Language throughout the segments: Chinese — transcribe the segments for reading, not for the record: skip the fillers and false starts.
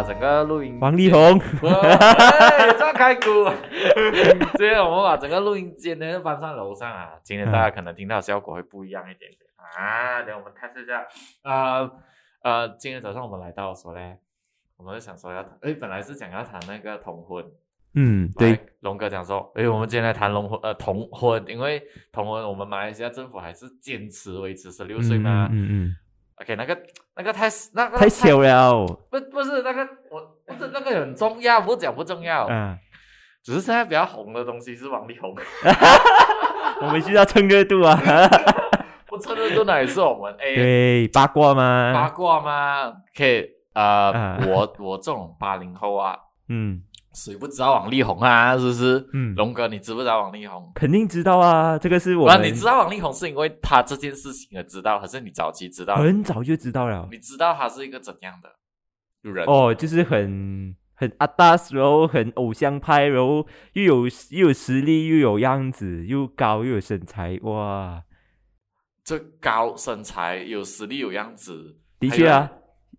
整个录音王力宏， 这开鼓。今天我们把整个录音间呢搬上楼上啊。今天大家可能听到效果会不一样一点点啊。等我们看一下，今天早上我们来到的时候呢，我们就想说本来是想要谈那个同婚。 对， 龙哥讲说，我们今天来谈同婚，因为同婚我们马来西亚政府还是坚持维持16岁嘛。OK， 那个太小了， 不是那个不是那个很重要，不讲不重要，只是现在比较红的东西是王力宏， 我们需要蹭热度啊， 不蹭热度那也是我们对八卦吗 ？OK， 我这种80后啊，谁不知道王力宏啊？是不是？龙哥，你知不知道王力宏？ 肯定知道啊，这个是我们。 你知道王力宏是因为他这件事情而知道，还是你早期知道？ 很早就知道了。 你知道他是一个怎样的人？ 就是很阿达斯，然后很偶像派，然后又有实力，又有样子，又高又有身材，哇！ 这高身材有实力有样子， 的确啊。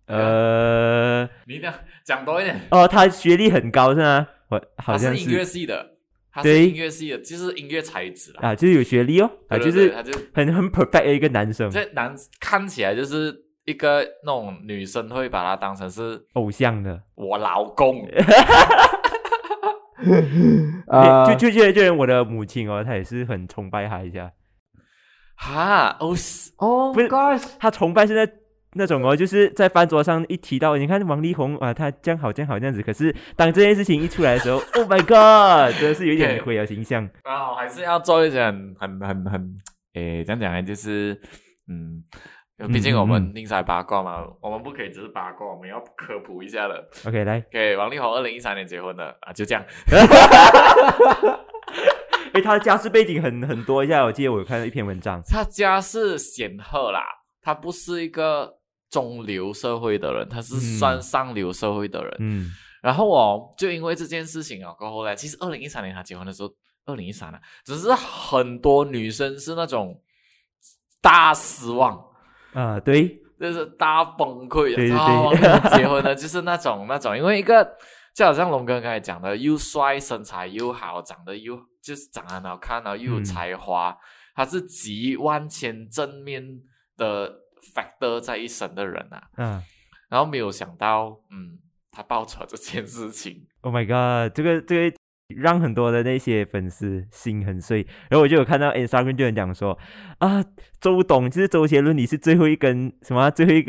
你讲多一点。 他学历很高是吗？好像他是音乐系的，他是音乐系的，就是音乐才子啦。 就是有学历对就是他就很 perfect 的一个男生。 这看起来就是一个那种女生会把他当成是偶像的， 我老公。 就连我的母亲她也是很崇拜他一下。 不是， 他崇拜是那种就是在饭桌上一提到，你看王力宏他这样好这样子，可是当这件事情一出来的时候，Oh my God， 真的是有一点毁了形象。 还是要做一些很这样讲呢，就是毕竟我们宁采八卦嘛，我们不可以只是八卦，我们要科普一下的。 OK， 来， 王力宏2013年结婚的就这样。 他的家世背景很多一下，我记得我有看到一篇文章， 他家世显赫啦，他不是一个中流社会的人，他是算上流社会的人。然后就因为这件事情过后呢，其实2013年他结婚的时候，2013只是很多女生是那种大失望对， 就是大崩溃， 对， 结婚的就是那种，因为一个就好像龙哥刚才讲的，又帅，身材又好，长得很好看，然后又有才华，他是集万千正面的 factor 在一身的人然后没有想到他爆出这件事情。 Oh my God， 这个让很多的那些粉丝心很碎。然后我就有看到 Instagram 就有人讲说周董就是周杰伦，你是最后一根最后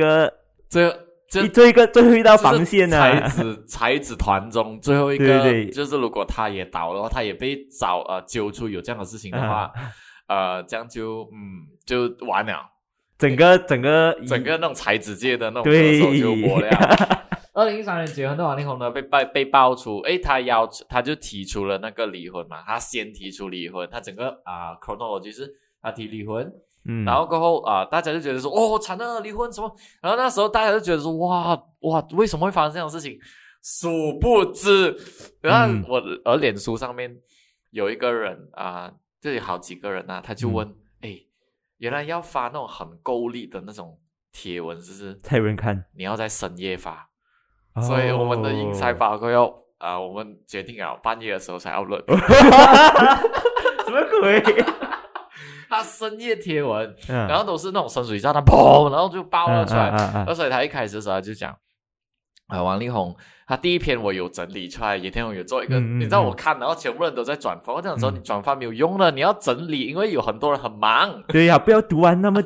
一道防线才子团中最后一个。 对， 就是如果他也倒了，他也被揪出有这样的事情的话这样就完了，整个那种才子界的那种歌手就没了。2013年结婚的王力宏呢，被爆出他就提出了那个离婚嘛，他先提出离婚，他整个chronology 是他提离婚。然后过后大家就觉得说惨了，离婚什么，然后那时候大家就觉得说哇为什么会发生这样的事情，殊不知然后我脸书上面有一个人就有好几个人他就问原来要发那种很够力的那种贴文是才有人看， 你要在深夜发所以我们的英才法规我们决定半夜的时候才upload。 什么鬼？ 他深夜贴文然后都是那种深水炸弹砰然后就爆了出来所以他一开始的时候他就讲王力宏他第一篇我有整理出来，也天我有做一个你知道我看然后全部人都在转发，我这样说你转发没有用了，你要整理，因为有很多人很忙。 对呀，不要读完那么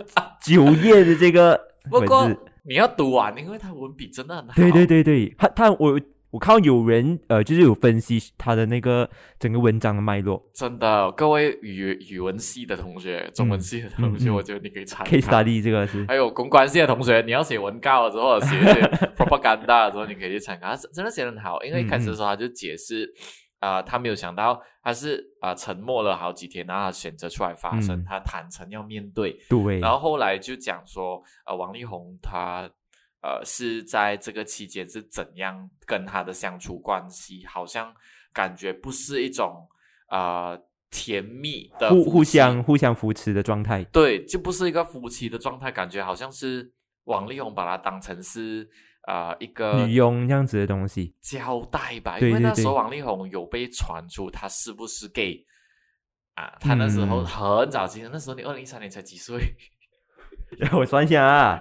9页的这个文字。不过你要读完，因为他文笔真的很好。 对，我看到有人就是有分析他的那个整个文章的脉络。 真的，各位语文系的同学、中文系的同学，我觉得你可以参考。 case study 这个是。 还有公关系的同学，你要写文稿的时候，或者写一些 propaganda 的时候，你可以去参考。他真的写得很好，因为一开始的时候他就解释他没有想到他是沉默了好几天，然后他选择出来发声，他坦诚要面对。 对。 然后后来就讲说王力宏他是在这个期间是怎样跟他的相处关系，好像感觉不是一种甜蜜的互相扶持的状态。 对，就不是一个夫妻的状态，感觉好像是王力宏把他当成是一个女佣这样子的东西交代吧， 对因为那时候王力宏有被传出他是不是 gay 啊？他那时候很早期，那时候你2013年才几岁？ 我算一下啊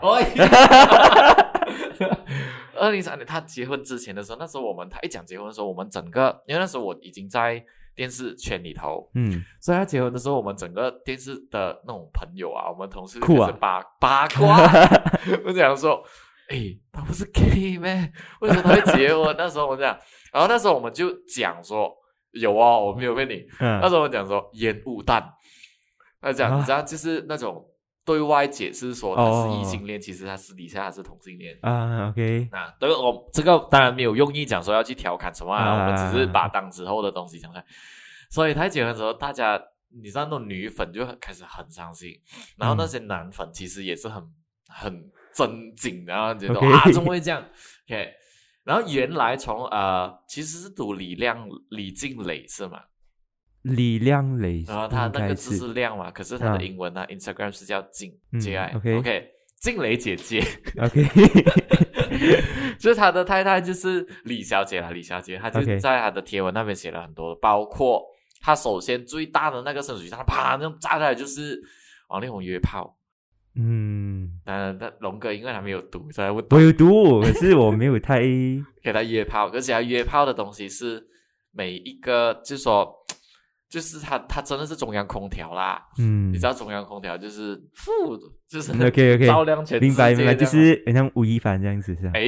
，2003年他结婚之前的时候，那时候他一讲结婚的时候，我们整个因为那时候我已经在电视圈里头，所以他结婚的时候，我们整个电视的那种朋友啊，我们同事就开始八卦，我讲说，他不是 gay 咩？为什么他会结婚？那时候我讲，然后那时候我们就讲说，有啊，我没有骗你，那时候我讲说烟雾弹，他讲你知道就是那种。对外解释说他是异性恋，其实他私底下他是同性恋啊。OK， 对，我这个当然没有用意讲说要去调侃什么我们只是把当之后的东西讲出来。所以他结婚的时候，大家你知道那种女粉就开始很伤心，然后那些男粉其实也是很震惊，然后觉得怎么会这样 ？OK， 然后原来从其实是读李静蕾是吗？ 李亮蕾， 然后他那个字是亮嘛，可是他的英文呢，Instagram 是叫静 J-I，OK， 静蕾姐姐 ，OK， 就是他的太太就是李小姐啦，李小姐，她就在她的贴文那边写了很多，包括她首先最大的那个深水炸啪那种炸出来就是王力宏约炮，但龙哥因为他没有读，所以我有读，可是我没有太给他约炮，而且他约炮的东西是每一个就是说。就是他真的是中央空调啦，你知道中央空调就是就是 OK 照亮全世界， 明白，就是很像吴亦凡这样子是吧？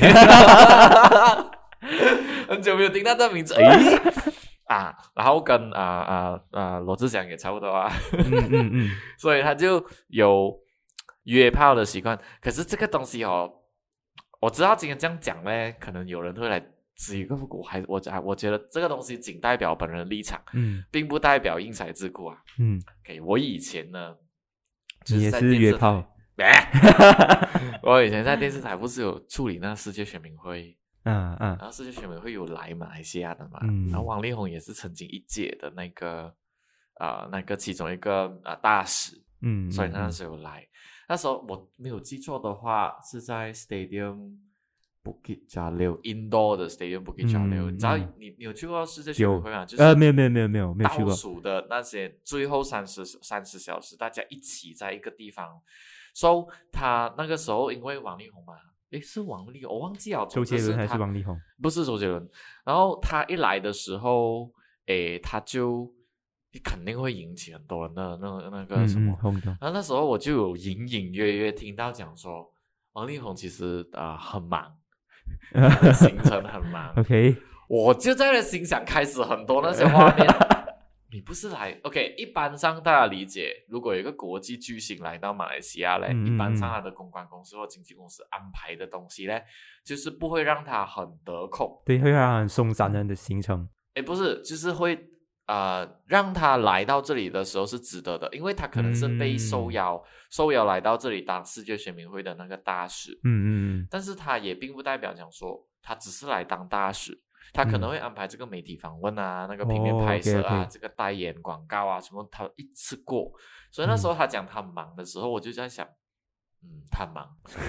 很久没有听到这名字然后跟罗志祥也差不多啊，所以他就有约炮的习惯。可是这个东西我知道今天这样讲呢，可能有人会来。只一个我觉得这个东西仅代表本人的立场，并不代表因材质故啊。给我以前呢， 你也是约炮， 我以前在电视台不是有处理那个世界选民会， 然后世界选民会有来马来西亚的嘛，然后王力宏也是曾经一届的那个其中一个大使，所以他那时候有来，那时候我没有记错的话是在 Bukit Jalil Indoor 的 Stadium Bukit Jalil，你知道你有去过世界选民会吗？就是没有去过。 倒数的那些最后30小时，大家一起在一个地方。So 他那个时候因为王力宏嘛，是王力宏，我忘记了。 周杰伦还是王力宏？ 不是周杰伦。然后他一来的时候，他就肯定会引起很多人的那个什么。然后那时候我就有隐隐约约听到讲说，王力宏其实很忙。行程很忙 OK， 我就在那心想开始很多那些画面你不是来 OK， 一般上大家理解，如果有一个国际巨星来到马来西亚呢，一般上他的公关公司或经纪公司安排的东西呢，就是不会让他很得空， 对，会让他很松散的行程。 不是，就是会让他来到这里的时候是值得的，因为他可能是被受邀来到这里当世界选民会的那个大使，但是他也并不代表讲说他只是来当大使，他可能会安排这个媒体访问啊，那个平面拍摄啊，这个代言广告啊什么，他一次过，所以那时候他讲他忙的时候，我就在想，他忙，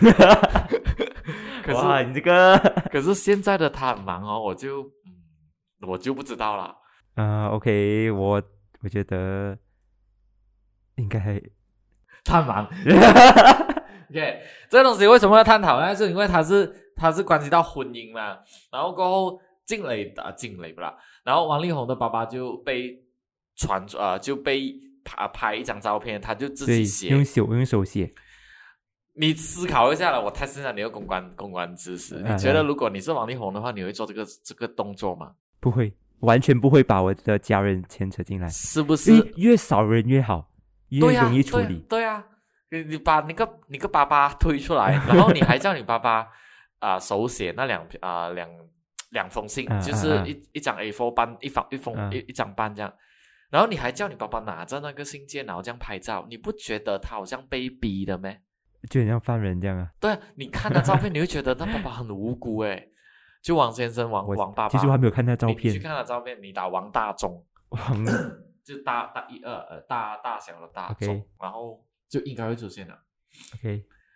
可是哇，你这个， 可是现在的他很忙我就不知道了。 OK， 我觉得应该太忙。OK， 这个东西为什么要探讨呢？是因为它是关系到婚姻嘛。然后过后静蕾不啦，然后王力宏的爸爸就被就被拍一张照片，他就自己写， 用手写。 你思考一下了，我太欣赏你的公关知识。你觉得如果你是王力宏的话，你会做这个动作吗？ 不会。完全不会把我的家人牵扯进来， 是不是？ 越少人越好，越容易处理。 对啊，你把你个爸爸推出来，然后你还叫你爸爸手写那两封信，就是一张 A4 半一张半这样，然后你还叫你爸爸拿着那个信件，然后这样拍照，你不觉得他好像被逼的咩？ 就很像犯人这样啊。 对，你看那照片，你会觉得那爸爸很无辜就王先生王爸爸， 其实我还没有看他照片。 你去看他照片，你打王大中，就大小的大中，然后就应该会出现了。 OK，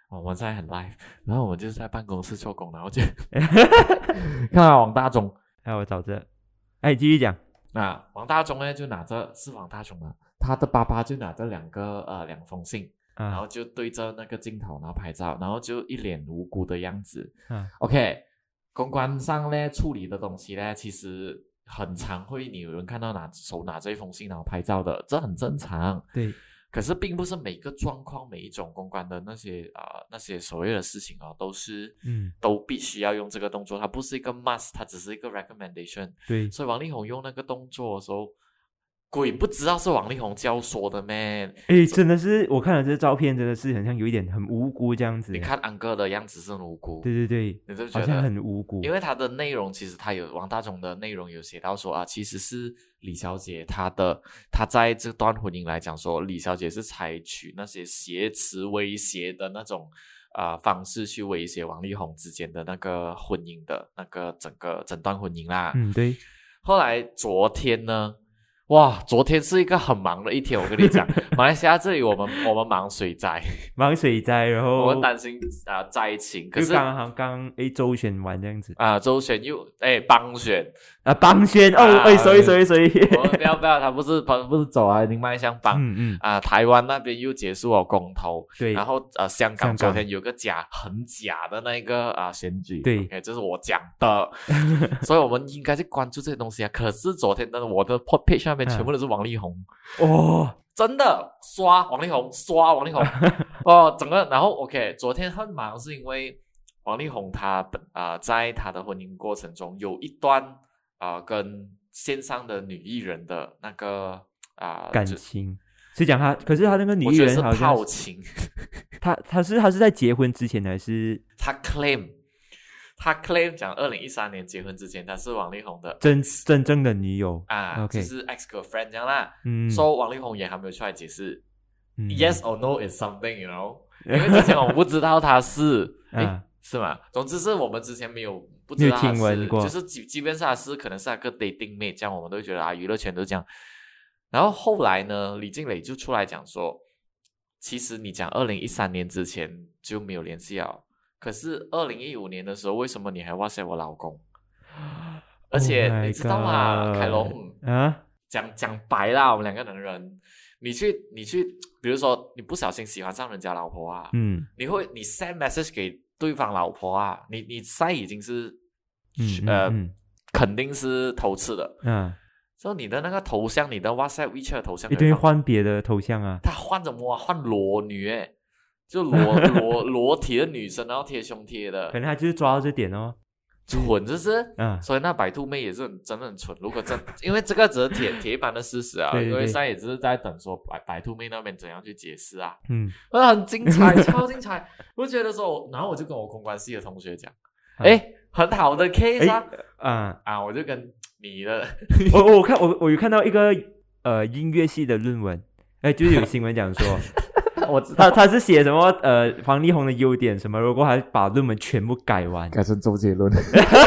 我们现在很 live， 然后我们就是在办公室做工，然后就看到王大中， 我找着，哎，继续讲。 那王大中呢就拿着，是王大中啊，他的爸爸就拿着两封信，然后就对着那个镜头，然后拍照，然后就一脸无辜的样子。OK， 公关上呢处理的东西呢，其实很常会你有人看到手拿这封信然后拍照的，这很正常。 对。 可是并不是每个状况每一种公关的那些所谓的事情都是都必须要用这个动作，它不是一个 must， 它只是一个 recommendation。 对， 所以王力宏用那个动作的时候，鬼不知道是王力宏教唆的 man。 真的是我看了这照片，真的是很像有一点很无辜这样子。 你看安哥的样子是很无辜， 对， 你就觉得好像很无辜， 因为他的内容其实他有王大中的内容有写到说其实是李小姐她在这段婚姻来讲说，李小姐是采取那些挟持威胁的那种方式去威胁王力宏之间的那个婚姻的那个整段婚姻啦。 对。 后来昨天呢，哇，昨天是一个很忙的一天，我跟你讲，马来西亚这里我们忙水灾， 然后我们担心灾情，可是刚周旋完这样子周旋又邦选邦选sorry 不要，他不是走宁迈向邦台湾那边又结束了公投， 对， 然后香港昨天有个很假的那个选举， 对 ，OK， 这是我讲的所以我们应该去关注这些东西可是昨天的我的 page 上面全部都是王力宏真的刷王力宏整个，然后 OK， 昨天很忙是因为王力宏他在他的婚姻过程中有一段跟线上的女艺人的那个感情，是讲可是他那个女艺人好像是套情他是在结婚之前还是他 claim 讲2013年结婚之前他是王力宏的真正的女友 okay， 就是 ex girlfriend 这样啦所以王力宏也还没有出来解释yes or no is something you know 因为之前我不知道他是是吗？总之是我们之前不知道他听闻过， 就是即便是他是可能是他个 dating mate， 这样我们都会觉得娱乐圈都这样。然后后来呢，李静蕾就出来讲说，其实你讲2013年之前就没有联系了，可是2015年的时候，为什么你还 WhatsApp 我老公？而且你知道吗，凯龙讲白啦，我们两个男人，你去，比如说你不小心喜欢上人家老婆你 send message 给对方老婆你晒已经是肯定是偷吃的所以你的那个头像，你的 WhatsApp WeChat 的头像一定会换别的头像他换什么换裸女就裸体的女生，然后贴胸贴的， 可能他就是抓到这点蠢就是所以那白兔妹也是真的很蠢。如果因为这个只是铁板的事实对， 因为现在也只是在等说白兔妹那边怎样去解释很精彩超精彩我觉得说，然后我就跟我公关系的同学讲很好的 case 我就跟你的我有看到一个音乐系的论文就是有新闻讲说我知道他是写什么王力宏的优点什么，如果还把论文全部改成周杰伦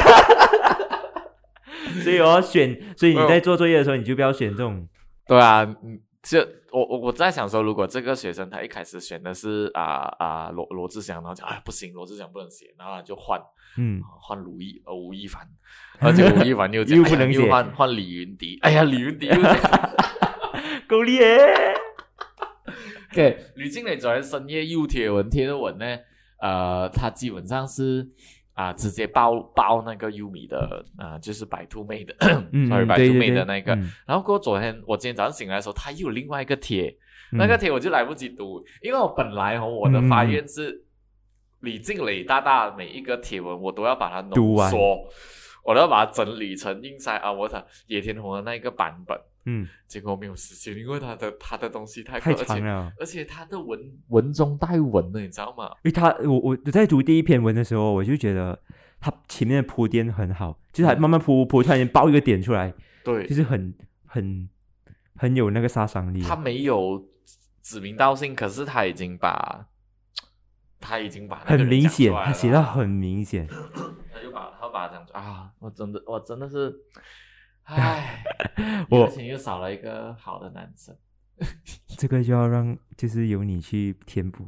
所以所以你在做作业的时候你就不要选这种对就我在想说，如果这个学生他一开始选的是罗志祥，然后讲不行，罗志祥不能写，然后他就换吴亦凡，而且吴亦凡又不能写， 又换李云迪，李云迪又够厉害 OK， 吕静蕾昨天深夜又贴的文呢，他基本上是直接爆那个优米的就是白兔妹的sorry 白兔妹的那个然后过后我今天早上醒来的时候，他又有另外一个贴那个贴我就来不及读，因为我本来我的发愿是李静蕾大大每一个贴文我都要把它浓缩，我都要把它整理成印在我的野田红的那个版本结果没有时间，因为他的东西太长了， 而且他的文中带文了，你知道吗？ 因为我在读第一篇文的时候，我就觉得他前面的铺垫很好，就是还慢慢铺，突然间爆一个点出来， 对， 就是很有那个杀伤力。 他没有指名道姓，可是他已经把那个很明显，他写到很明显， 他把它讲出我真的是。我以前又少了一个好的男生这个就要让就是由你去填补。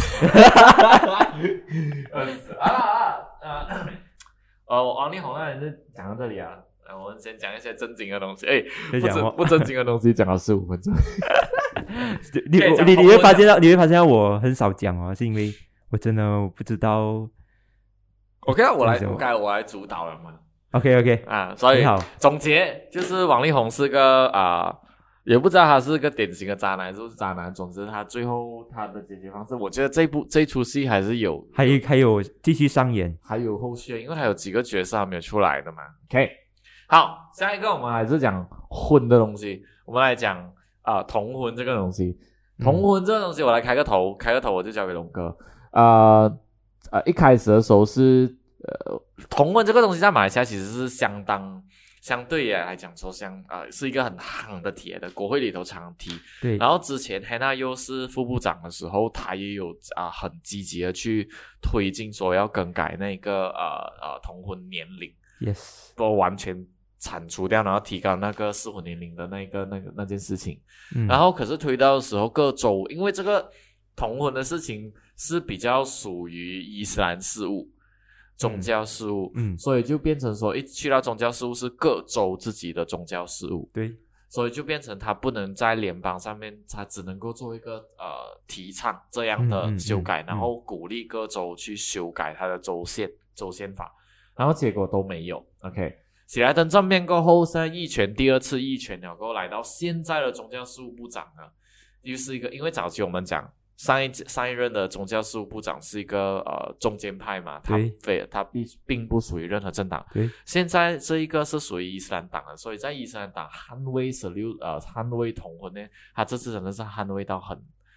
王力宏那人就讲到这里啊，我们先讲一些正经的东西。不正经的东西讲了15分钟。 你会发现到我很少讲哦，是因为我真的不知道。 OK， 我来主导了嘛。 OK 啊，所以总结就是王力宏是个也不知道他是个典型的渣男，是不是渣男？总之他最后他的解决方式，我觉得这出戏还是有， 还有继续上演， 还有后续，因为他有几个角色还没有出来的嘛。OK， 好，下一个我们还是讲婚的东西，我们来讲同婚这个东西。同婚这个东西，我来开个头，我就交给龙哥。一开始的时候是同婚这个东西在马来西亚其实是相对来讲说是一个很夯的铁的，国会里头常提。 对。 然后之前 Hannah 又是副部长的时候，他也有很积极的去推进说要更改那个同婚年龄。 Yes。 都完全铲除掉，然后提高那个适婚年龄的那件事情。然后可是推到的时候，各州因为这个同婚的事情是比较属于伊斯兰事务。宗教事务，所以就变成说，一去到宗教事务是各州自己的宗教事务， 对， 所以就变成它不能在联邦上面，它只能够做一个提倡这样的修改，然后鼓励各州去修改它的州宪法，然后结果都没有。OK， 喜来登政变过后，现在第二次议权了，过后来到现在的宗教事务部长呢，又是一个，因为早期我们讲。上一任的宗教事务部长是一个中间派嘛，他并不属于任何政党。 对， 现在这一个是属于伊斯兰党的，所以在伊斯兰党捍卫同婚呢，他这次真的是捍卫到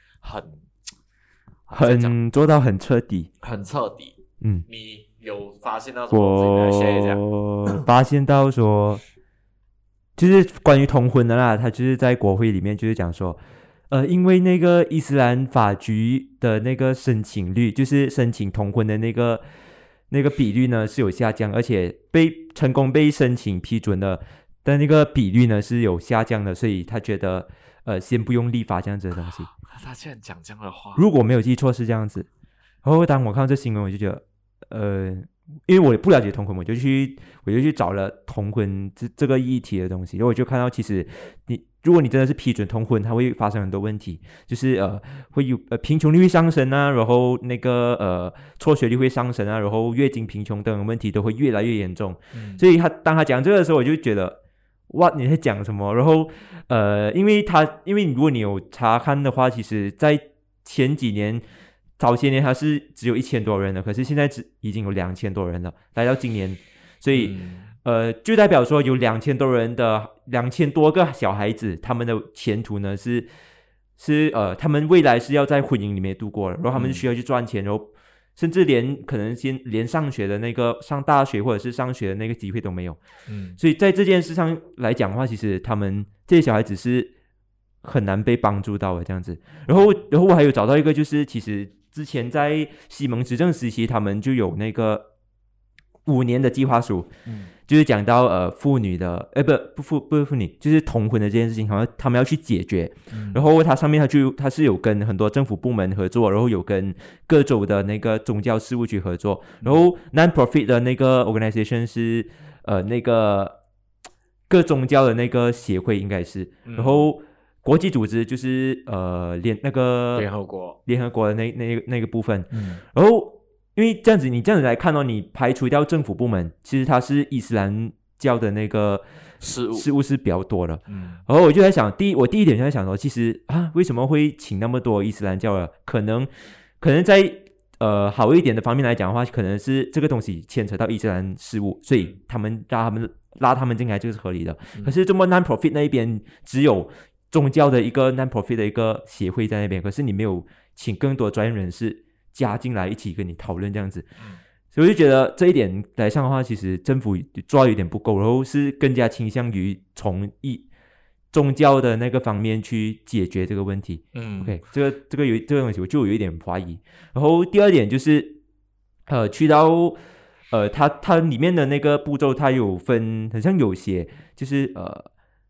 很做到很彻底。 你有发现到什么东西？来 share 一下。 我发现到说，就是关于同婚的啦，他就是在国会里面就是讲说。因为那个伊斯兰法局的那个申请率，就是申请同婚的那个比率呢是有下降，而且成功被申请批准的那个比率呢是有下降的，所以他觉得先不用立法这样子的东西。 他竟然讲这样的话， 如果没有记错是这样子。然后当我看到这新闻，我就觉得因为我不了解同婚，我就去找了同婚这个议题的东西，然后我就看到其实如果你真的是批准同婚，它会发生很多问题，就是会有贫穷率会上升啊，然后那个辍学率会上升啊，然后月经贫穷等等问题都会越来越严重。所以当他讲这个的时候，我就觉得哇你在讲什么？然后因为如果你有查看的话，其实在前几年早些年它是只有1000多人的，可是现在已经有2000多人了，来到今年，所以就代表说有2000多人的2000多个小孩子，他们的前途呢是他们未来是要在婚姻里面度过的，然后他们需要去赚钱，然后甚至可能连上学的那个上大学或者是上学的那个机会都没有。所以在这件事上来讲的话，其实他们这些小孩子是很难被帮助到的这样子。然后我还有找到一个，就是其实之前在西蒙执政时期，他们就有那个5年的计划书，就是讲到妇女的不是妇女，就是同婚的这件事情，好像他们要去解决。然后它上面它是有跟很多政府部门合作，然后有跟各州的那个宗教事务局合作，然后 non-profit 的那个 organization 是那个各宗教的那个协会应该是，然后国际组织就是联合国的那个部分，然后。因为你这样子来看你排除掉政府部门，其实它是伊斯兰教的那个事务是比较多的。然后我就在想，我第一点就在想说，其实为什么会请那么多伊斯兰教的？可能在好一点的方面来讲的话，可能是这个东西牵扯到伊斯兰事务，所以拉他们进来就是合理的。可是这么 non-profit 那一边只有宗教的一个 non-profit 的一个协会在那边，可是你没有请更多专业人士加进来一起跟你讨论这样子，所以我就觉得这一点来上的话，其实政府做有点不够，然后是更加倾向于从宗教的那个方面去解决这个问题。OK， 这个东西我就有一点怀疑。然后第二点就是去到它里面的那个步骤，它有分，好像有些就是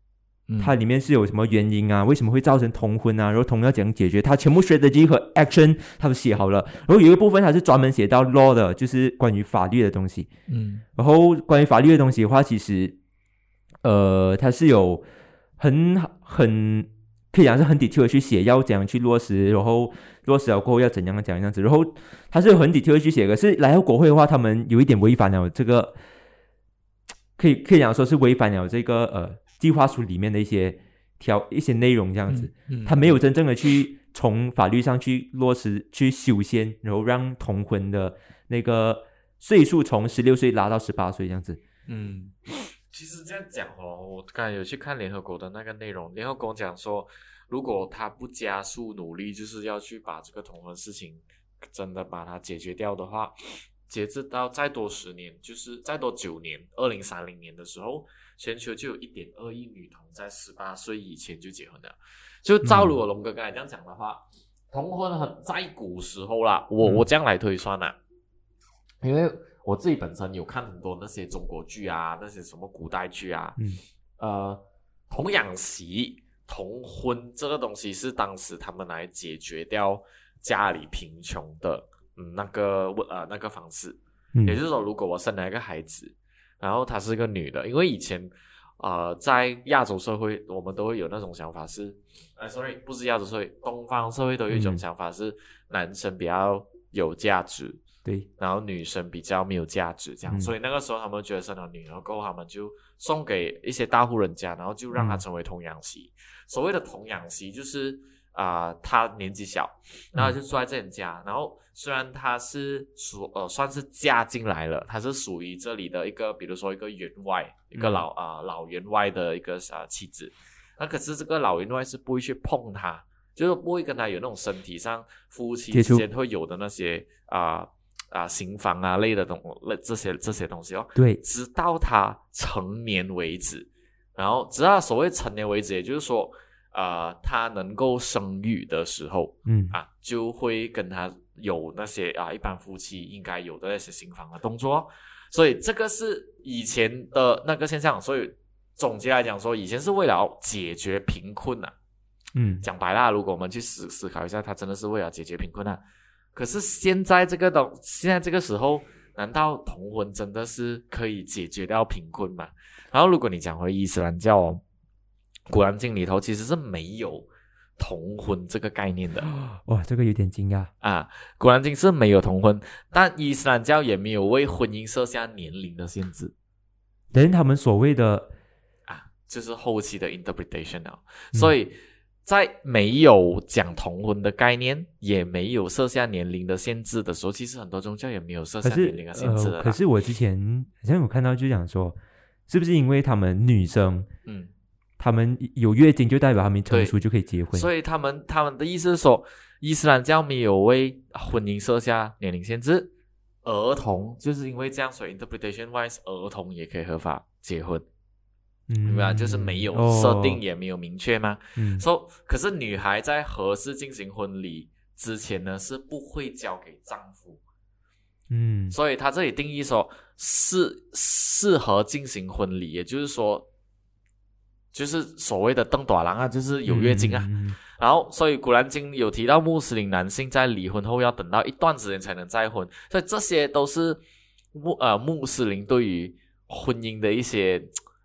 它里面是有什么原因啊？为什么会造成同婚啊？然后同要怎样解决？它全部 strategy 和 action 它都写好了。然后有一个部分它是专门写到 law 的，就是关于法律的东西。然后关于法律的东西的话，其实它是有很可以讲是很 detail 的去写，要怎样去落实，然后落实了过后要怎样讲这样子。然后它是有很 detail 的去写，可是来到国会的话，他们有一点违反了这个，可以讲说是违反了这个计划书里面的一些内容这样子。他没有真正的去从法律上去落实去修宪，然后让同婚的那个岁数从16岁拉到18岁这样子。 其实这样讲我刚才有去看联合国的那个内容，联合国讲说，如果他不加速努力，就是要去把这个同婚事情真的把它解决掉的话，截至到再多10年，就是再多9年，2030年的时候，全球就有1.2亿女童在18岁以前就结婚了。就照如我龙哥刚才这样讲的话，同婚在古时候啦，我这样来推算啦，因为我自己本身有看很多那些中国剧啊，那些什么古代剧啊，童养媳、同婚这个东西是当时他们来解决掉家里贫穷的那个方式。也就是说，如果我生了一个孩子，然后她是个女的，因为以前在亚洲社会，我们都会有那种想法是，sorry， 不是亚洲社会，东方社会都有一种想法是，男生比较有价值。 对， 然后女生比较没有价值这样，所以那个时候他们觉得生了女儿过后，他们就送给一些大户人家，然后就让她成为童养媳。所谓的童养媳就是她年纪小，然后就住在这人家，然后虽然她是算是嫁进来了，她是属于这里的一个，比如说一个员外，一个老员外的一个妻子，那可是这个老员外是不会去碰她，就是不会跟她有那种身体上夫妻之间会有的那些刑房啊类的这些东西哦。 对， 直到他成年为止，然后直到所谓成年为止，也就是说，他能够生育的时候，就会跟他有那些一般夫妻应该有的那些刑房的动作。所以这个是以前的那个现象。所以总结来讲说，以前是为了解决贫困啊。讲白了，如果我们去思考一下，他真的是为了解决贫困啊。可是现在这个时候，难道同婚真的是可以解决掉贫困吗？然后如果你讲回伊斯兰教古兰经里头其实是没有同婚这个概念的。 哇，这个有点惊讶古兰经是没有同婚，但伊斯兰教也没有为婚姻设下年龄的限制。 连他们所谓的就是后期的 interpretation 所以在没有讲同婚的概念，也没有设下年龄的限制的时候，其实很多宗教也没有设下年龄的限制的。 可是我之前好像有看到就讲说，是不是因为他们女生他们有月经就代表他们成熟就可以结婚， 所以他们的意思是说，伊斯兰教没有为婚姻设下年龄限制，儿童就是因为这样，所以 interpretation wise 儿童也可以合法结婚。明白，就是没有设定也没有明确嘛。可是女孩在合适进行婚礼之前呢，是不会交给丈夫。所以他这里定义说适合进行婚礼，也就是说，就是所谓的登短郎就是有月经然后所以古兰经有提到穆斯林男性在离婚后要等到一段时间才能再婚，所以这些都是穆斯林对于婚姻的一些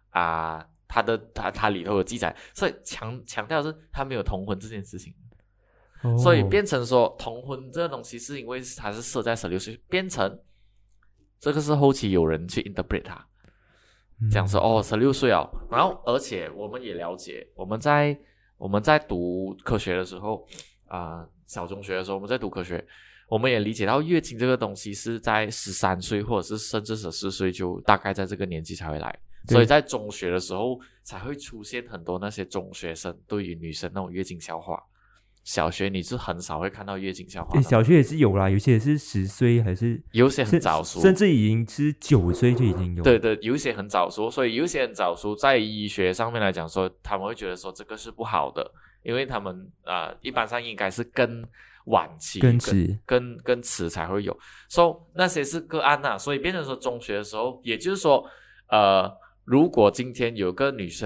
他里头有记载，所以强调是他没有同婚这件事情。所以变成说同婚这个东西是因为它是设在16岁，变成这个是后期有人去 interpret 它，讲说16岁然后而且我们也了解，我们在读科学的时候小中学的时候我们在读科学，我们也理解到月经这个东西是在13岁或者是甚至14岁就大概在这个年纪才会来，所以在中学的时候才会出现很多那些中学生对于女生那种月经笑话。小学你是很少会看到月经笑话的。 小学也是有啦，有些也是10岁还是有些很早熟， 甚至已经是9岁就已经有。 对，有些很早熟，所以有些很早熟在医学上面来讲说，他们会觉得说这个是不好的，因为他们一般上应该是更晚期更迟才会有，那些是个案所以变成说中学的时候，也就是说如果今天有个女生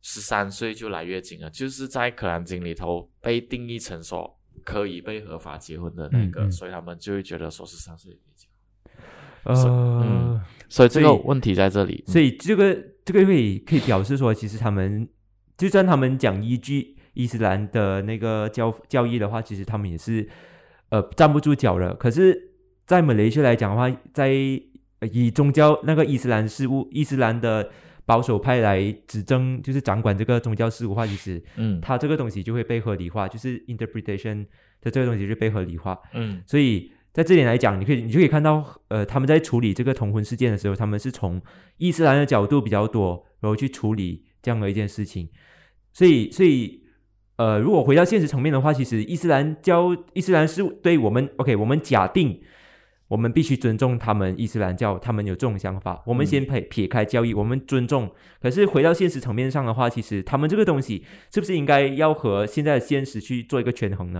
13岁就来月经了，就是在可兰经里头被定义成说可以被合法结婚的那个，所以他们就会觉得说13岁可以结婚。所以这个问题在这里， 所以这个可以表示说，其实他们就算他们讲依据伊斯兰的那个教义的话，其实他们也是站不住脚了。可是，在马来西亚来讲的话，在以宗教那个伊斯兰的保守派来指证，就是掌管这个宗教事务的话，其实它这个东西就会被合理化，就是 interpretation 的这个东西就被合理化。所以在这点来讲，你就可以看到他们在处理这个同婚事件的时候，他们是从伊斯兰的角度比较多，然后去处理这样的一件事情。所以如果回到现实层面的话，其实伊斯兰是对我们 OK， 我们假定我们必须尊重他们伊斯兰教，他们有这种想法，我们先撇开教义，我们尊重。可是回到现实层面上的话，其实他们这个东西是不是应该要和现在的现实去做一个权衡呢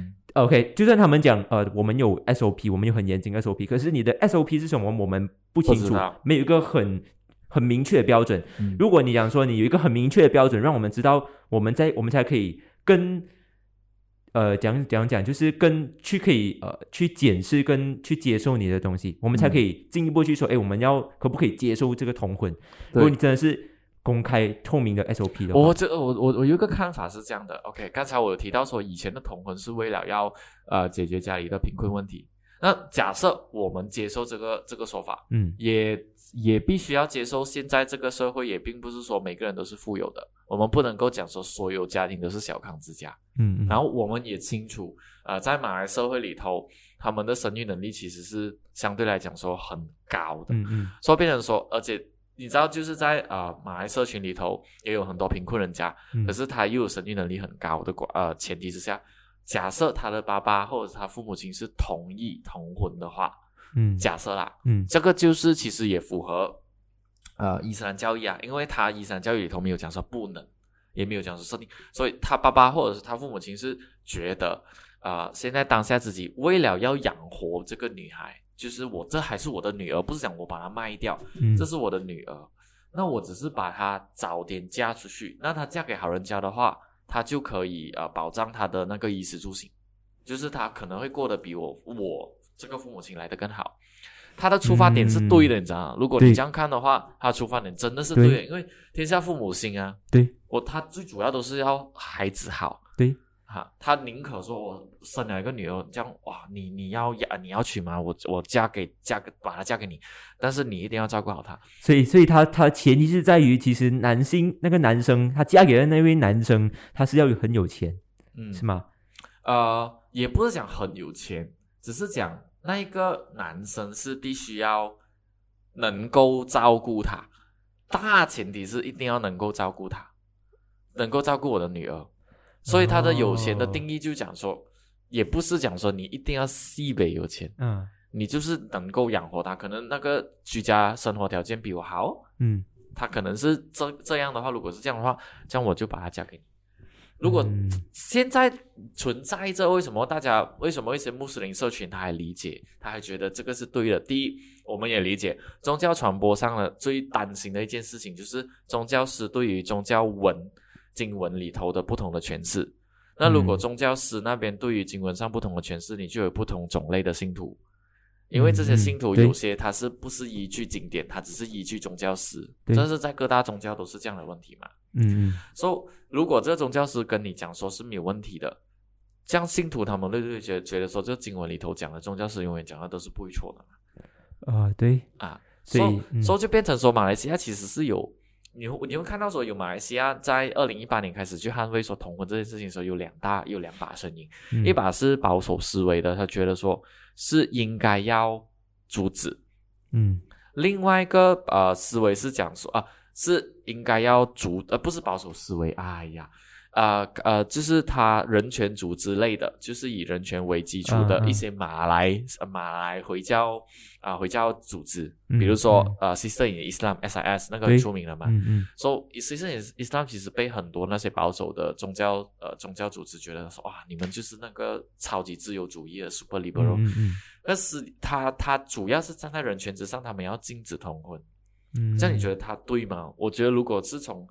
？OK， 就算他们讲我们有 SOP， 我们有很严谨的 SOP， 可是你的 SOP 是什么我们不清楚，没有一个很明确的标准。如果你讲说你有一个很明确的标准，让我们知道我们才可以跟讲就是可以去检视跟去接受你的东西，我们才可以进一步去说我们可不可以接受这个同婚。如果你真的是公开透明的 SOP 的话， 我有一个看法是这样的。 OK， 刚才我有提到说以前的同婚是为了要解决家里的贫困问题，那假设我们接受这个说法，也必须要接受现在这个社会也并不是说每个人都是富有的，我们不能够讲说所有家庭都是小康之家。然后我们也清楚在马来社会里头，他们的生育能力其实是相对来讲说很高的。所以变成说，而且你知道就是在马来社群里头也有很多贫困人家，可是他又有生育能力很高的前提之下，假设他的爸爸或者他父母亲是同意同婚的话，假设啦，这个就是其实也符合伊斯兰教义啊，因为他伊斯兰教义里头没有讲说不能，也没有讲说设定，所以他爸爸或者是他父母亲是觉得现在当下自己为了要养活这个女孩，就是这还是我的女儿，不是讲我把她卖掉，这是我的女儿，那我只是把她早点嫁出去，那她嫁给好人家的话，她就可以保障她的那个衣食住行，就是她可能会过得比我这个父母亲来得更好。他的出发点是对的，你知道吗？如果你这样看的话，他的出发点真的是对的，因为天下父母心啊。 对， 他最主要都是要孩子好。 对， 他宁可说我生了一个女儿，这样哇，你要娶吗？我把她嫁给你，但是你一定要照顾好她。 所以他前提是在于，其实那个男生他嫁给的那位男生，他是要很有钱，是吗？ 也不是讲很有钱，只是讲那一个男生是必须要能够照顾她，大前提是一定要能够照顾她，能够照顾我的女儿。所以他的有钱的定义就讲说，也不是讲说你一定要西北有钱，你就是能够养活他，可能那个居家生活条件比我好，他可能是这样的话，如果是这样的话，这样我就把他嫁给你。如果现在存在着为什么一些穆斯林社群他还理解，他还觉得这个是对的。第一，我们也理解宗教传播上的最担心的一件事情，就是宗教师对于宗教经文里头的不同的诠释。那如果宗教师那边对于经文上不同的诠释，你就有不同种类的信徒，因为这些信徒有些他是不是依据经典，他只是依据宗教师，这是在各大宗教都是这样的问题嘛。所以如果这个宗教师跟你讲说是没有问题的，这样信徒他们会觉得说这经文里头讲的宗教师永远讲的都是不会错的嘛。 对所以就变成说马来西亚其实是有你会看到说有马来西亚在2018年开始去捍卫说同婚这件事情的时候有两把声音，一把是保守思维的，他觉得说是应该要阻止，另外一个思维是讲说是应该要不是保守思维，就是他人权组织类的，就是以人权为基础的一些马来回教组织，比如说Sister in Islam SIS 那个很出名了嘛。So Sister in Islam 其实被很多那些保守的宗教组织觉得说你们就是那个超级自由主义的 super liberal，但是他主要是站在人权之上，他们要禁止同婚。这样你觉得他对吗？我觉得如果是从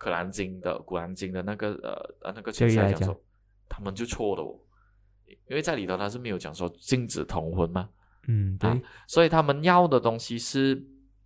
古兰经的那个诠释来讲说，他们就错了因为在里头他是没有讲说禁止同婚嘛， 对， 所以他们要的东西是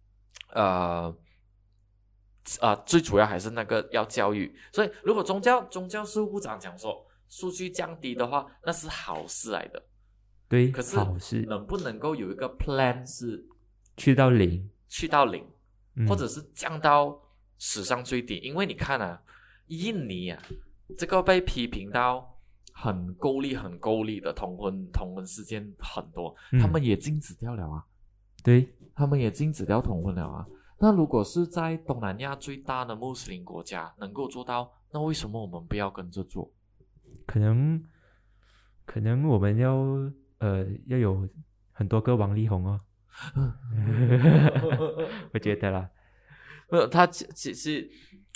最主要还是那个要教育。所以如果宗教事务部长讲说数据降低的话，那是好事来的， 对， 可是好事能不能够有一个 plan 是去到零， 或者是降到史上最低？因为你看啊，印尼啊，这个被批评到很够力的同婚事件很多，他们也禁止掉了啊。 对， 他们也禁止掉同婚了啊。那如果是在东南亚最大的穆斯林国家能够做到，那为什么我们不要跟着做？ 可能我们要有很多个王力宏哦。我觉得啦， 他其实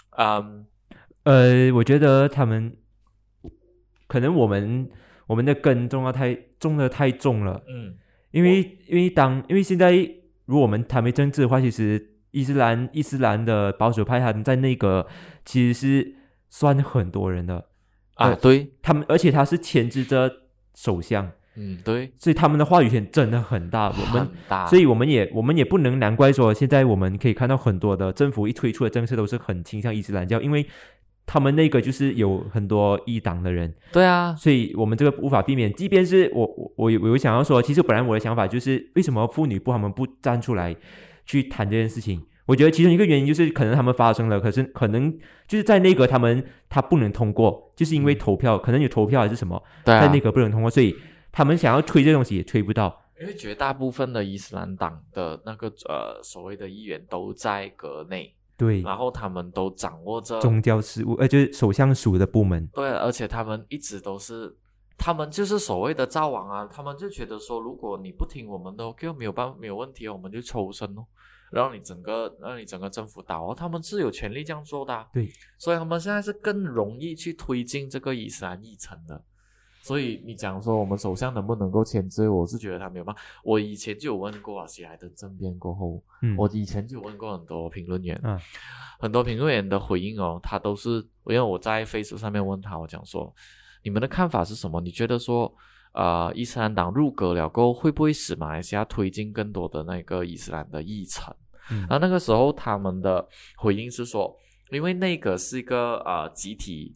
我觉得他们可能我们的根种得太重了，因为现在如果我们谈回政治的话，其实伊斯兰的保守派他们在那个其实是算很多人的对， 他们，而且他是牵制着首相， 对， 所以他们的话语权真的很大， 很大， 所以我们也不能难怪说现在我们可以看到很多的政府一推出的政策都是很倾向伊斯兰教，因为他们那个就是有很多异党的人， 对啊， 所以我们这个无法避免。即便是我有想要说，其实本来我的想法就是为什么妇女部他们不站出来去谈这件事情？我觉得其中一个原因就是可能他们发生了，可是可能就是在内阁他不能通过，就是因为投票可能有投票还是什么，在内阁不能通过，所以他们想要推这东西也推不到。 因为绝大部分的伊斯兰党的那个所谓的议员都在阁内， 对， 然后他们都掌握着宗教事务，就是首相署的部门。 对，而且他们一直都是，他们就是所谓的造王啊，他们就觉得说，如果你不听我们的 OK， 没有问题，我们就抽身哦，让你整个政府倒，他们是有权利这样做的啊。 对， 所以他们现在是更容易去推进这个伊斯兰议程的。所以你讲说我们首相能不能够牵制，我是觉得他没有办法。我以前就有问过喜来登政变过后，我以前就有问过很多评论员，很多评论员的回应哦，他都是因为我在 Facebook 上面问他，我讲说你们的看法是什么？你觉得说伊斯兰党入阁了过后，会不会使马来西亚推进更多的那个伊斯兰的议程？然后那个时候他们的回应是说，因为那个是一个集体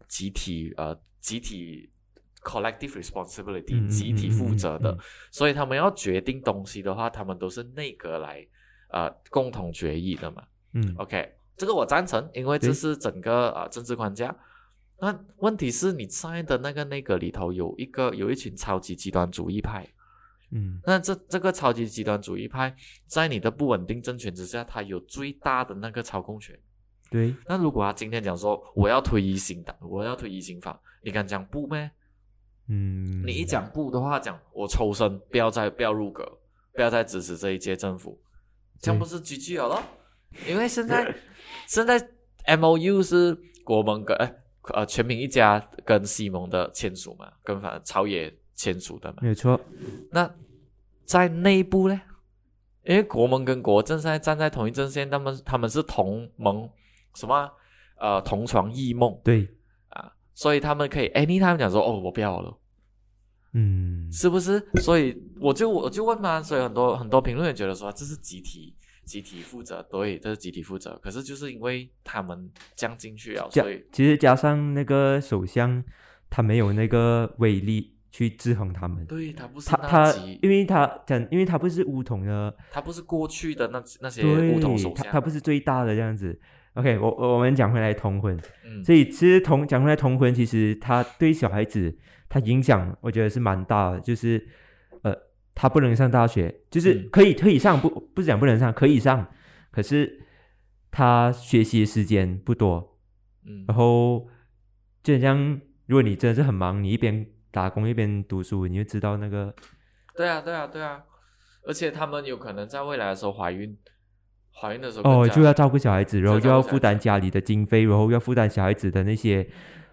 collective responsibility 集体负责的，所以他们要决定东西的话，他们都是内阁来共同决议的嘛。OK， 这个我赞成，因为这是整个政治框架。那问题是你在的那个内阁里头有一群超级极端主义派，那这个超级极端主义派在你的不稳定政权之下，他有最大的那个操控权。 对， 那如果他今天讲说我要推移行法，你敢讲不咩？你一讲不的话，讲我抽身，不要入阁，不要再支持这一届政府，这样不是 GG 了咯？因为现在MOU 是国盟跟全民一家跟西蒙的签署嘛，跟朝野签署的嘛， 没有错。 那在内部呢？因为国盟跟国政现在站在同一阵线，他们是同盟什么同床异梦， 对所以他们可以 anytime 讲说我不要了，是不是？所以我就问嘛，所以很多评论员觉得说这是集体负责，对，这是集体负责。可是就是因为他们降进去了，所以其实加上那个首相，他没有那个威力去制衡他们。 对，他不是因为他不是巫统的， 他不是过去的那些巫统首相， 他不是最大的这样子。OK， 我们讲回来同婚，所以其实讲回来同婚，其实他对小孩子他影响，我觉得是蛮大的，就是他不能上大学，就是可以上，不是讲不能上，可以上，可是他学习的时间不多，然后就像如果你真的是很忙，你一边打工一边读书，你就知道那个， 对啊，而且他们有可能在未来的时候怀孕的时候就要照顾小孩子，然后就要负担家里的经费，然后要负担小孩子的那些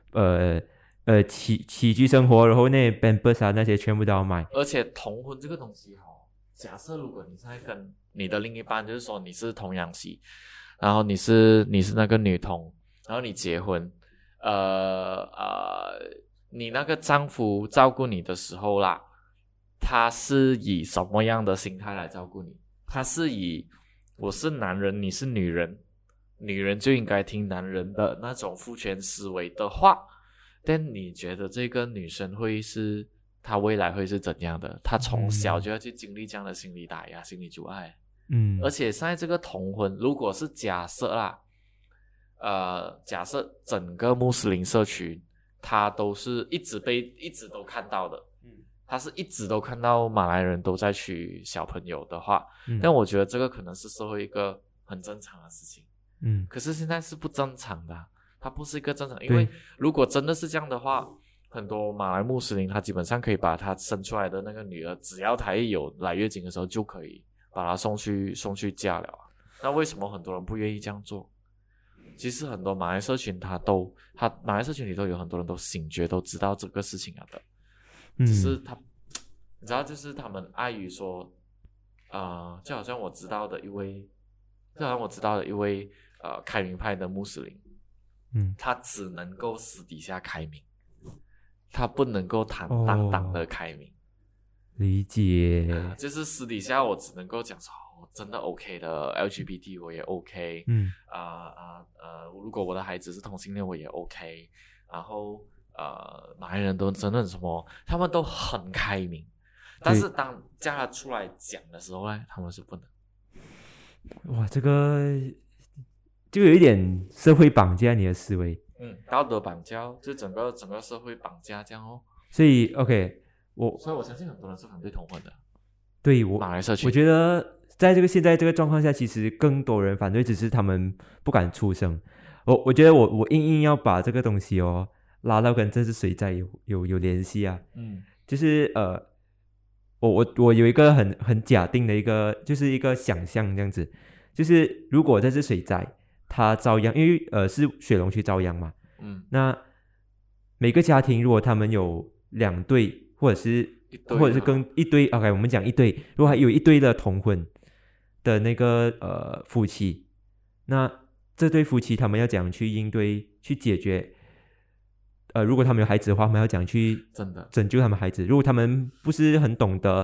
起居生活，然后那些 Pampers 啊那些全部都要买。 而且同婚这个东西假设如果你现在跟你的另一半就是说你是童养媳，然后你是那个女童， 然后你结婚，你那个丈夫照顾你的时候啦，他是以什么样的心态来照顾你？他是以我是男人，你是女人，女人就应该听男人的那种父权思维的话，但你觉得这个女生会是她未来会是怎样的？她从小就要去经历这样的心理打压、心理阻碍。而且现在这个同婚，如果是假设啦，假设整个穆斯林社群，他都是一直都看到的，他是一直都看到马来人都在娶小朋友的话，但我觉得这个可能是社会一个很正常的事情。可是现在是不正常的，它不是一个正常，因为如果真的是这样的话，很多马来穆斯林他基本上可以把他生出来的那个女儿，只要他一有来月经的时候，就可以把他送去嫁了。那为什么很多人不愿意这样做？其实很多马来社群马来社群里头有很多人都醒觉，都知道这个事情了的。只是你知道，就是他们碍于说，就好像我知道的一位开明派的穆斯林，他只能够私底下开明，他不能够坦荡荡的开明。 理解， 就是私底下我只能够讲说，真的 OK 的 LGBT 我也 OK，如果我的孩子是同性恋我也 OK， 然后马来人都真的什么，他们都很开明，但是当叫他出来讲的时候呢，他们是不能。 哇，这个就有一点社会绑架你的思维， 道德绑架，就整个社会绑架这样哦。 所以 OK， 所以我相信很多人是反对同婚的。 对， 马来社区， 我觉得在现在这个状况下，其实更多人反对，只是他们不敢出声。我觉得我硬要把这个东西拉到跟政治水灾有联系啊。就是我有一个很假定的就是一个想象这样子，就是如果这次水灾它遭殃，因为是雪隆区遭殃嘛，那每个家庭如果他们有2对或者是跟一对 OK， 我们讲一对，如果还有一对的同婚的那个夫妻，那这对夫妻他们要怎样去应对去解决？如果他们有孩子的话，他们要讲去拯救他们孩子。如果他们不是很懂得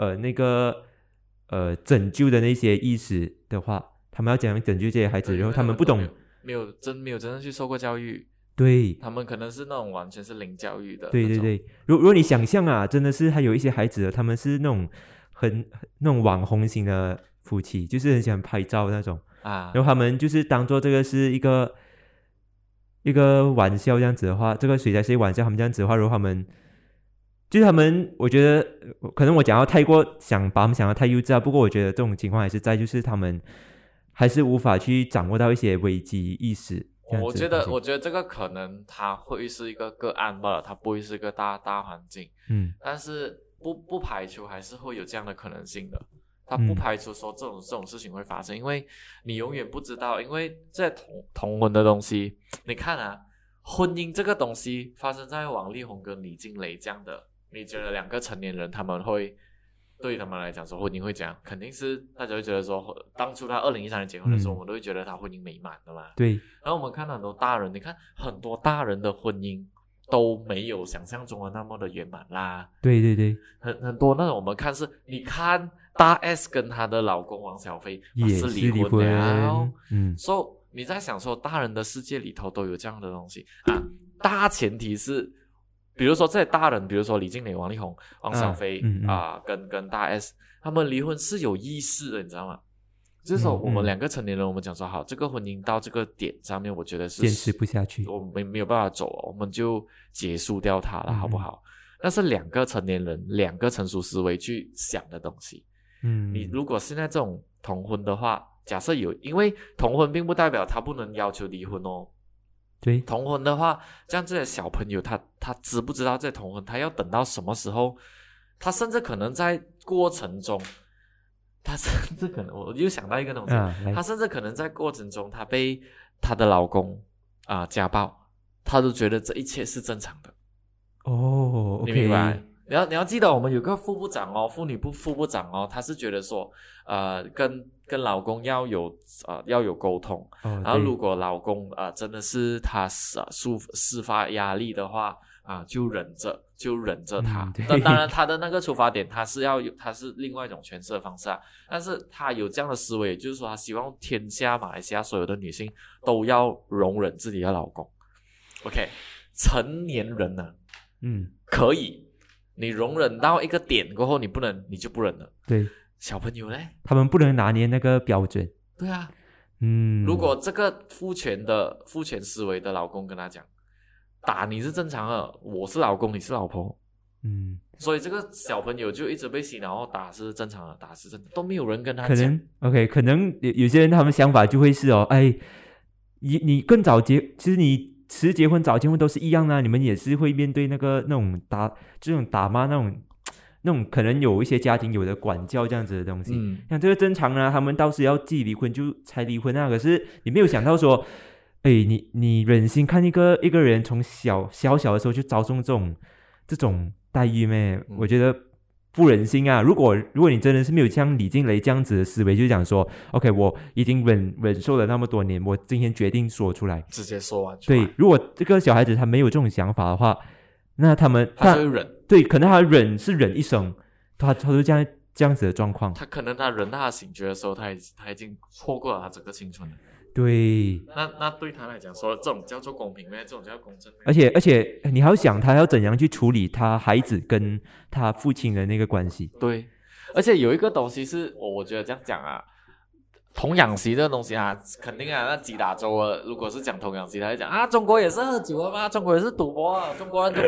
拯救的那些意识的话，他们要怎样拯救这些孩子？然后他们不懂， 没有真正去受过教育， 对， 他们可能是那种完全是零教育的。 对，如果你想象啊，真的是还有一些孩子，他们是那种那种网红型的夫妻，就是很喜欢拍照那种然后他们就是当做这个是一个玩笑这样子的话，这个水灾是一个玩笑，他们这样子的话，如果他们我觉得可能我讲到太过把他们想要太幼稚啊，不过我觉得这种情况还是在，就是他们还是无法去掌握到一些危机意识。 我觉得这个可能它会是一个个案罢了，它不会是一个大环境。但是不排除还是会有这样的可能性的。他不排除说这种事情会发生，因为你永远不知道，因为这同婚的东西，你看啊，婚姻这个东西发生在王力宏跟李静蕾这样的，你觉得2个成年人他们会对他们来讲说婚姻会怎样？肯定是大家会觉得说，当初他2013年结婚的时候，我们都会觉得他婚姻美满的嘛。 对。 然后我们看到很多大人，你看很多大人的婚姻都没有想象中的那么的圆满啦。 对， 很多那种我们看是，你看大 S 跟她的老公王小飞也是离婚了。 所以你在想说，大人的世界里头都有这样的东西啊。大前提是，比如说这些大人，比如说李静蕾、王力宏、王小飞跟大 S， 他们离婚是有意识的，你知道吗？就是说我们2个成年人，我们讲说好，这个婚姻到这个点上面，我觉得是坚持不下去， 我们没有办法走，我们就结束掉它了，好不好？那是2个成年人2个成熟思维去想的东西。你如果现在这种同婚的话，假设因为同婚并不代表他不能要求离婚哦。 对， 同婚的话，像这些小朋友他知不知道这同婚，他要等到什么时候？他甚至可能在过程中，我又想到一个东西，他甚至可能在过程中，他被他的老公家暴，他都觉得这一切是正常的。 哦， 你明白？你要记得，我们有个副部长妇女部副部长他是觉得说，跟跟老公要有沟通，然后如果老公真的是他释发压力的话就忍着他。当然他的那个出发点他是另外一种诠释的方式但是他有这样的思维，也就是说他希望天下马来西亚所有的女性都要容忍自己的老公。 OK， 成年人呢可以，你容忍到一个点过后你就不忍了。 对， 小朋友呢，他们不能拿捏那个标准。 对啊，如果这个父权思维的老公跟他讲打你是正常的，我是老公你是老婆，所以这个小朋友就一直被洗脑，打是正常的，打是正常的，都没有人跟他讲。 可能有些人他们想法就会是你更早其实你迟结婚早结婚都是一样的你们也是会面对那种打骂那种可能有一些家庭有的管教这样子的东西。像这个正常他们到时要自己离婚就才离婚可是你没有想到说你忍心看一个人从小的时候就遭受这种待遇咩？我觉得不忍心如果你真的是没有像李静蕾这样子的思维，就讲说 OK 我已经忍受了那么多年，我今天决定说出来， 直接说完。 对，如果这个小孩子他没有这种想法的话，那他就忍。 对，可能他忍一生，他就这样子的状况。 他可能他忍到他醒觉的时候，他已经错过了他整个青春了。 对， 那对他来讲说，这种叫做公平咩？这种叫公正咩？ 而且你还要想他要怎样去处理他孩子跟他父亲的那个关系。 对，而且有一个东西是我觉得这样讲童养媳这个东西肯定那几大洲如果是讲童养媳，他会讲中国也是喝酒嘛，中国也是赌博中国人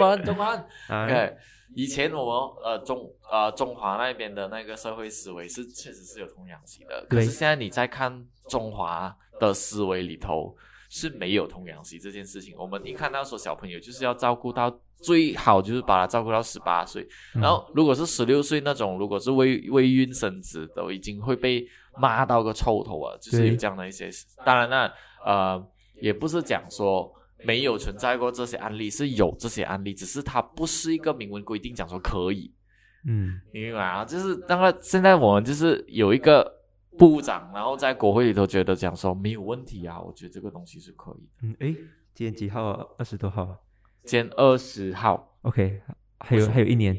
OK， 以前我们中华那边的那个社会思维是确实是有童养媳的，可是现在你再看中华的思维里头是没有童养媳这件事情。我们一看到说小朋友就是要照顾到最好就是把他照顾到18岁，然后如果是16岁那种，如果是未孕生子都已经会被骂到个臭头就是有这样的一些事。当然也不是讲说没有存在过这些案例，是有这些案例，只是它不是一个明文规定讲说可以。你明白就是当然现在我们就是有一个部长，然后在国会里头觉得讲说没有问题我觉得这个东西是可以的。 今天几号20多号今天20号 OK， 还有1年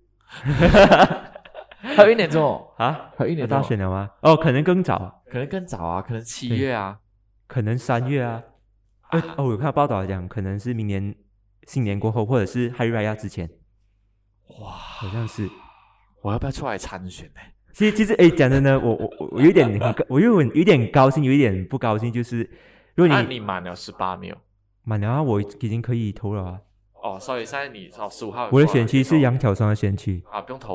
还有1年做还有1年大选了吗？可能更早可能7月可能3月我有看到报道讲可能是明年新年过后，或者是 Hari Raya 之前。 哇， 好像是。 我要不要出来参选呢？ 其实讲真的我有点有点高兴有一点不高兴，就是如果你满了18没有？ 满了我已经可以投了所以现在你15号我的选区是杨巧双的选区不用投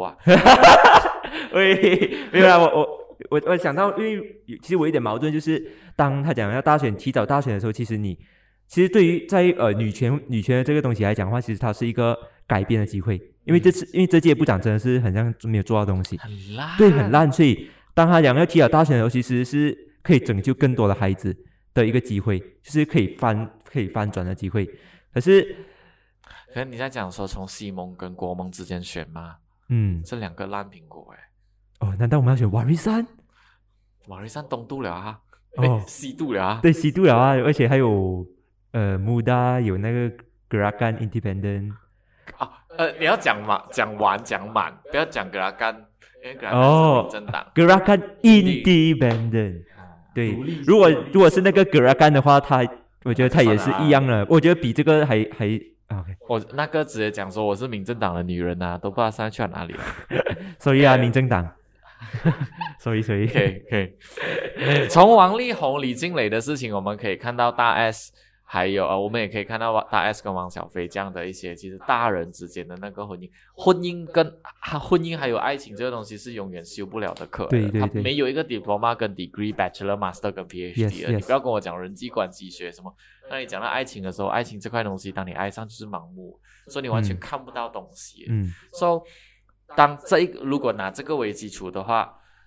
没有我想到，因为其实我有点矛盾，就是当他讲要提早大选的时候，其实对于在女权的这个东西来讲的话，其实它是一个改变的机会，因为这届部长真的是很像没有做到东西， 很烂， 对，很烂，所以当他讲要提早大选的时候，其实是可以拯救更多的孩子的一个机会，就是可以翻转的机会。可是你在讲说从西蒙跟国盟之间选吗？这两个烂苹果难道我们要选瓦瑞山？ 瓦瑞山东渡了西渡了对，西渡了而且还有Muda 有那个 Gerakan Independent 你要讲完讲满，不要讲 Gerakan， 因为 Gerakan 是民政党 Gerakan Independent 对，如果是那个 Gerakan 的话，我觉得他也是一样的，我觉得比这个还OK， 我那个直接讲说我是民政党的女人都不知道现在去了哪里了 sorry民政党sorry 可以从王力宏李静蕾的事情我们可以看到大 S 还有我们也可以看到大 S 跟王小飞这样的一些其实大人之间的那个婚姻还有爱情这个东西是永远修不了的课， 对， 它没有一个 diploma 跟 degree Bachelor Master 跟 PhD yes. 你不要跟我讲人际关系学什么，那你讲到爱情的时候，爱情这块东西当你爱上就是盲目，所以你完全看不到东西所以当如果拿这个为基础的话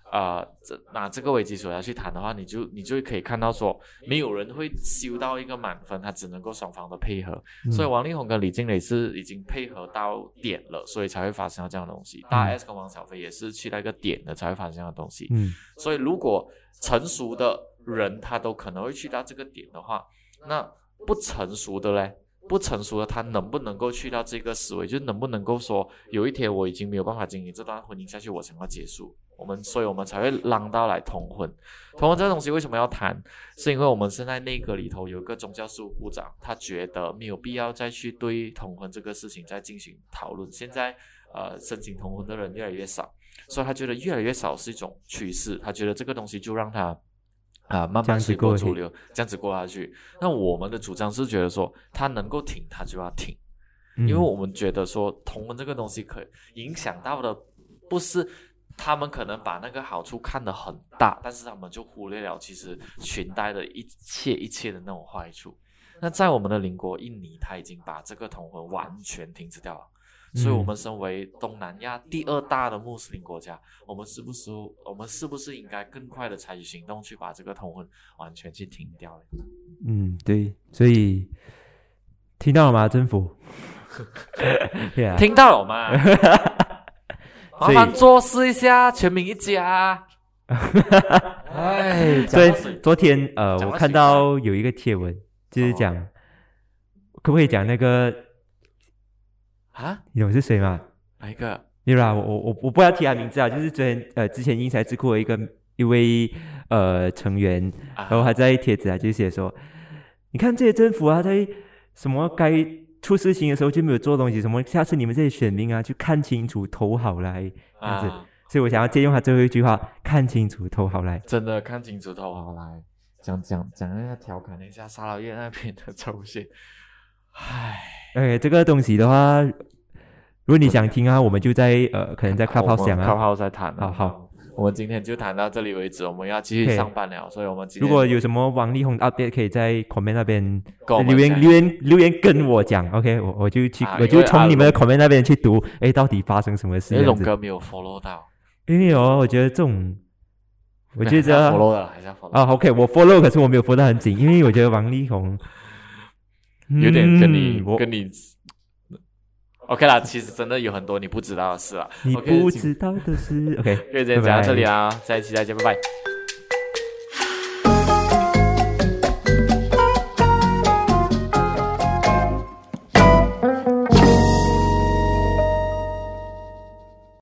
拿这个为基础要去谈的话，你就可以看到说，没有人会修到一个满分，他只能够双方的配合。所以王力宏跟李静蕾是已经配合到点了，所以才会发生这样的东西。大 S 跟王小飞也是去到一个点了才会发生这样的东西。所以如果成熟的人他都可能会去到这个点的话，那不成熟的嘞？不成熟的他能不能够去到这个思维，就能不能够说有一天我已经没有办法经营这段婚姻下去，我想要结束。所以我们才会浪到来同婚。同婚这个东西为什么要谈？是因为我们现在内阁里头有一个宗教事务部长，他觉得没有必要再去对同婚这个事情再进行讨论。现在申请同婚的人越来越少，所以他觉得越来越少是一种趋势。他觉得这个东西就让他慢慢随波逐流，这样子过下去。那我们的主张是觉得说，他能够停，他就要停，因为我们觉得说，同婚这个东西可以影响到的不是他们可能把那个好处看得很大，但是他们就忽略了其实裙带的一切的那种坏处。那在我们的邻国印尼，他已经把这个同婚完全停止掉了。所以我们身为东南亚第2大的穆斯林国家，我们是不是应该更快的采取行动去把这个同婚完全去停掉了？ 对，所以听到了吗，政府？ 听到了吗？麻烦做事一下，全民一家。 昨天我看到有一个贴文，就是讲，可不可以讲那个？你懂是谁吗？ 哪一个？ 没有啦，我不要提他名字啊，就是之前英才智库的一位成员，然后他在帖子就写说，你看这些政府在什么该出事情的时候就没有做东西，什么下次你们这些选民去看清楚投好来这样子。所以我想要借用他最后一句话，看清楚投好来，真的看清楚投好来。讲一下，调侃一下沙劳越那边的抽选。 这个东西的话，如果你想听我们就在可能在 Clubhouse 讲 Clubhouse 再谈。 好， 我们今天就谈到这里为止，我们要继续上班了，所以我们今天如果有什么王力宏 update， 可以在 comment 那边留言跟我讲 ，OK， 我就从你们的 comment 那边去读，到底发生什么事？ 那种歌没有 follow 到， 因为我觉得这种，我觉得还是 follow 了，还是要 follow。 OK， 我 follow， 可是我没有 follow 得很紧，因为我觉得王力宏有点跟你OK 啦，其实真的有很多你不知道的事啦。 你不知道的事 ，OK， 就今天讲到这里啦，下一期再见，拜拜。